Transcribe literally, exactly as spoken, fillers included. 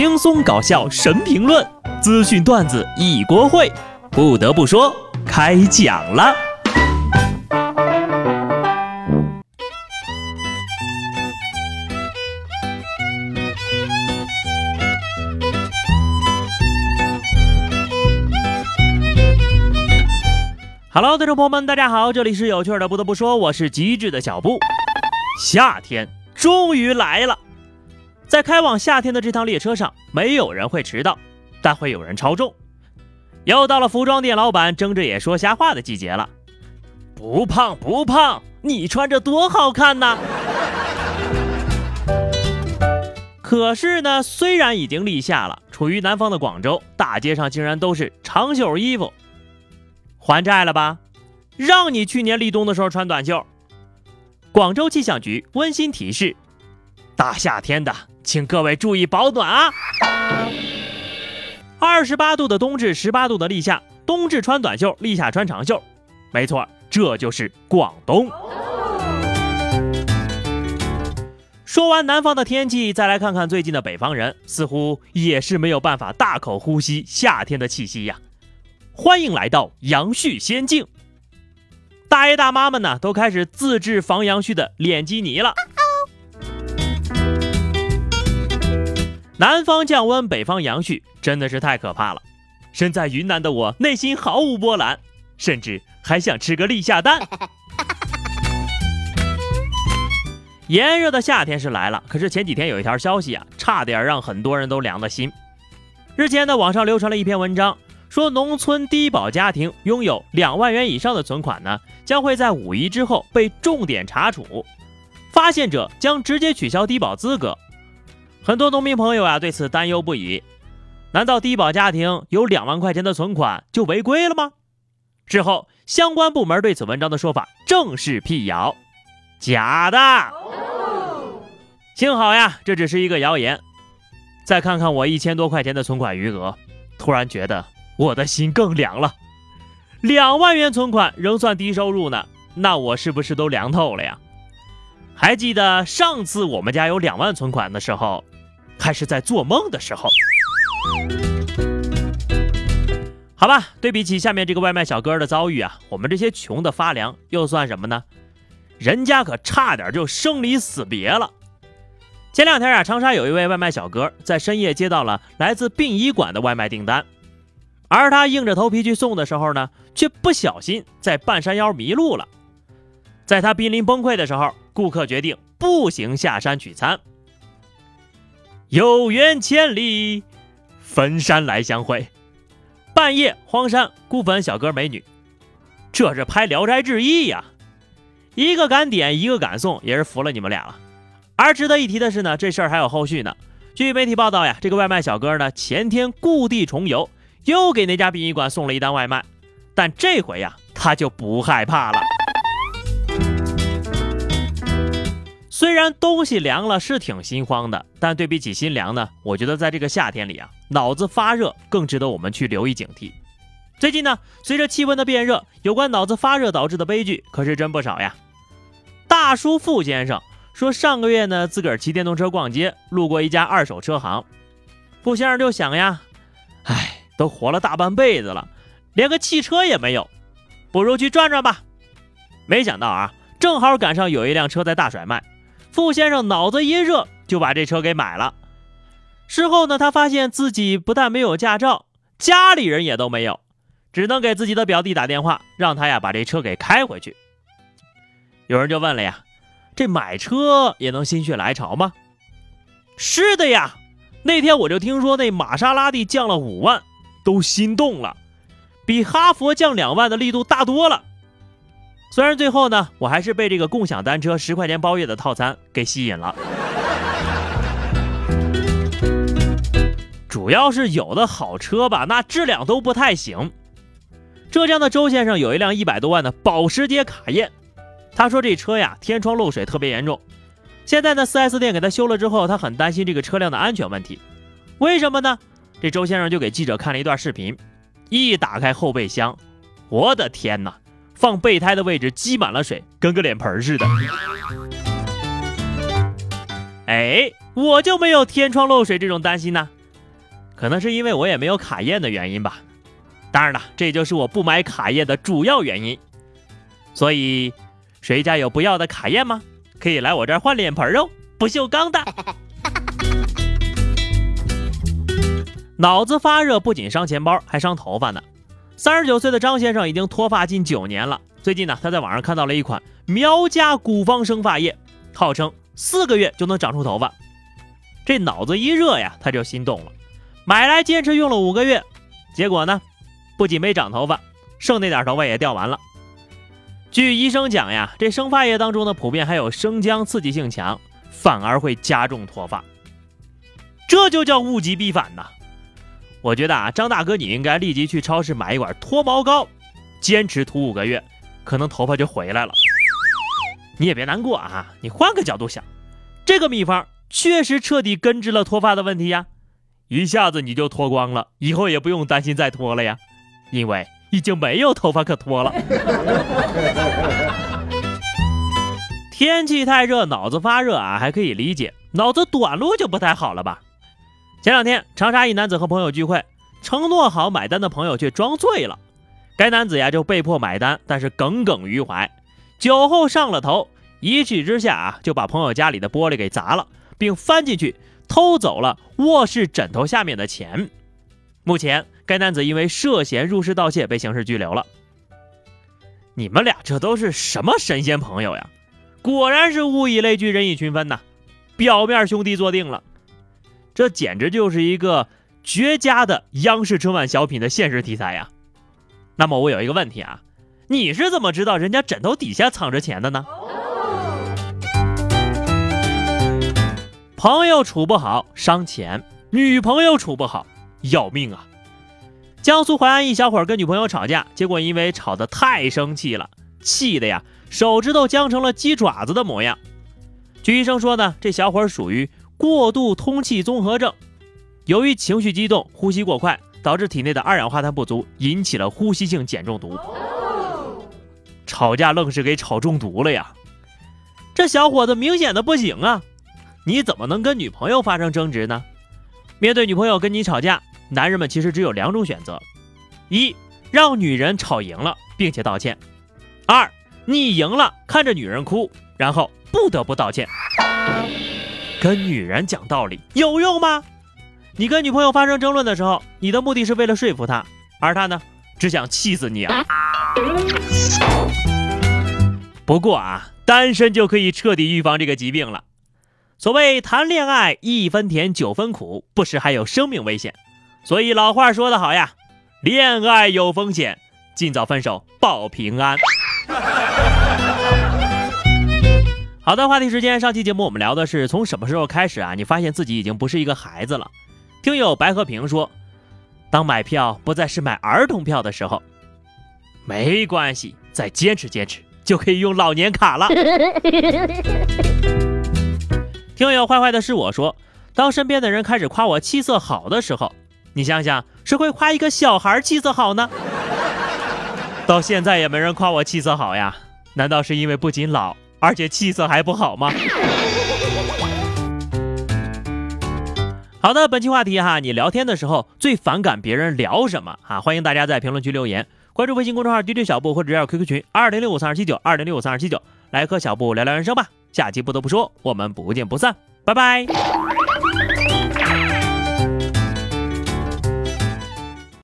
轻松搞笑神评论，资讯段子一锅烩。不得不说，开讲了。Hello， 听众朋友们，大家好，这里是有趣的。不得不说，我是机智的小布。夏天终于来了，在开往夏天的这趟列车上，没有人会迟到，但会有人超重。又到了服装店老板睁着眼说瞎话的季节了。不胖不胖，你穿着多好看呐！可是呢，虽然已经立夏了，处于南方的广州，大街上竟然都是长袖衣服。还债了吧？让你去年立冬的时候穿短袖。广州气象局温馨提示：大夏天的，请各位注意保暖啊！二十八度的冬至，十八度的立夏，冬至穿短袖，立夏穿长袖。没错，这就是广东。说完南方的天气，再来看看最近的北方人，似乎也是没有办法大口呼吸夏天的气息呀。欢迎来到阳絮仙境，大爷大妈们呢都开始自制防阳絮的脸基尼了。南方降温，北方阳絮，真的是太可怕了。身在云南的我内心毫无波澜，甚至还想吃个立夏蛋。炎热的夏天是来了，可是前几天有一条消息啊，差点让很多人都凉了心。日前呢，网上流传了一篇文章，说农村低保家庭拥有两万元以上的存款呢，将会在五一之后被重点查处，发现者将直接取消低保资格。很多农民朋友啊对此担忧不已，难道低保家庭有两万块钱的存款就违规了吗？之后相关部门对此文章的说法正式辟谣，假的。幸好呀，这只是一个谣言。再看看我一千多块钱的存款余额，突然觉得我的心更凉了。两万元存款仍算低收入呢，那我是不是都凉透了呀？还记得上次我们家有两万存款的时候，还是在做梦的时候。好吧，对比起下面这个外卖小哥的遭遇啊，我们这些穷的发凉又算什么呢？人家可差点就生离死别了。前两天啊，长沙有一位外卖小哥在深夜接到了来自殡仪馆的外卖订单，而他硬着头皮去送的时候呢，却不小心在半山腰迷路了。在他濒临崩溃的时候，顾客决定步行下山取餐。有缘千里，分山来相会。半夜荒山，孤坟小哥美女，这是拍《聊斋志异》呀！一个敢点，一个敢送，也是服了你们俩了。而值得一提的是呢，这事儿还有后续呢。据媒体报道呀，这个外卖小哥呢，前天故地重游，又给那家殡仪馆送了一单外卖，但这回呀，他就不害怕了。虽然东西凉了是挺心慌的，但对比起心凉呢，我觉得在这个夏天里啊，脑子发热更值得我们去留意警惕。最近呢，随着气温的变热，有关脑子发热导致的悲剧可是真不少呀。大叔傅先生说，上个月呢，自个儿骑电动车逛街，路过一家二手车行。傅先生就想呀，唉，都活了大半辈子了，连个汽车也没有，不如去转转吧。没想到啊，正好赶上有一辆车在大甩卖，傅先生脑子一热就把这车给买了。事后呢，他发现自己不但没有驾照，家里人也都没有，只能给自己的表弟打电话，让他呀把这车给开回去。有人就问了呀，这买车也能心血来潮吗？是的呀，那天我就听说那玛莎拉蒂降了五万，都心动了，比哈佛降两万的力度大多了。虽然最后呢，我还是被这个共享单车十块钱包月的套餐给吸引了。主要是有的好车吧，那质量都不太行。浙江的周先生有一辆一百多万的保时捷卡宴，他说这车呀天窗漏水特别严重，现在呢 四 S 店给他修了之后，他很担心这个车辆的安全问题。为什么呢？这周先生就给记者看了一段视频，一打开后备箱，我的天哪，放备胎的位置积满了水，跟个脸盆似的。哎，我就没有天窗漏水这种担心呢。 可能是因为我也没有卡宴的原因吧。当然了，这就是我不买卡宴的主要原因。所以，谁家有不要的卡宴吗？可以来我这儿换脸盆哦，不锈钢的。脑子发热不仅伤钱包，还伤头发呢。三十九岁的张先生已经脱发近九年了。最近呢，他在网上看到了一款苗家古方生发液，号称四个月就能长出头发。这脑子一热呀，他就心动了，买来坚持用了五个月，结果呢，不仅没长头发，剩那点头发也掉完了。据医生讲呀，这生发液当中呢，普遍还有生姜，刺激性强，反而会加重脱发。这就叫物极必反呐！我觉得啊，张大哥你应该立即去超市买一管脱毛膏，坚持涂五个月，可能头发就回来了。你也别难过啊，你换个角度想，这个秘方确实彻底根治了脱发的问题呀，一下子你就脱光了，以后也不用担心再脱了呀，因为已经没有头发可脱了。天气太热，脑子发热啊，还可以理解，脑子短路就不太好了吧？前两天，长沙一男子和朋友聚会，承诺好买单的朋友却装醉了。该男子呀就被迫买单，但是耿耿于怀，酒后上了头，一气之下啊就把朋友家里的玻璃给砸了，并翻进去偷走了卧室枕头下面的钱。目前，该男子因为涉嫌入室盗窃被刑事拘留了。你们俩这都是什么神仙朋友呀？果然是物以类聚，人以群分呐，表面兄弟坐定了。这简直就是一个绝佳的央视春晚小品的现实题材呀。那么我有一个问题啊，你是怎么知道人家枕头底下藏着钱的呢？朋友处不好伤钱，女朋友处不好要命啊！江苏淮安一小伙跟女朋友吵架，结果因为吵得太生气了，气的呀手指头僵成了鸡爪子的模样。据医生说呢，这小伙属于过度通气综合症，由于情绪激动，呼吸过快，导致体内的二氧化碳不足，引起了呼吸性碱中毒。吵架愣是给吵中毒了呀！这小伙子明显的不行啊！你怎么能跟女朋友发生争执呢？面对女朋友跟你吵架，男人们其实只有两种选择：一，让女人吵赢了并且道歉；二，你赢了看着女人哭，然后不得不道歉。跟女人讲道理有用吗？你跟女朋友发生争论的时候，你的目的是为了说服她，而她呢，只想气死你啊！不过啊，单身就可以彻底预防这个疾病了。所谓谈恋爱一分甜九分苦，不时还有生命危险。所以老话说得好呀，恋爱有风险，尽早分手保平安。好的，话题时间，上期节目我们聊的是从什么时候开始啊，你发现自己已经不是一个孩子了。听友白和平说，当买票不再是买儿童票的时候，没关系，再坚持坚持就可以用老年卡了。听友坏坏的是我说，当身边的人开始夸我气色好的时候，你想想是会夸一个小孩气色好呢？到现在也没人夸我气色好呀，难道是因为不仅老而且气色还不好吗？好的，本期话题哈，你聊天的时候最反感别人聊什么啊？欢迎大家在评论区留言，关注微信公众号 D J 小布或者加入 Q Q 群二零六五三二七九二零六五三二七九，来和小布聊聊人生吧。下期不得不说，我们不见不散，拜拜。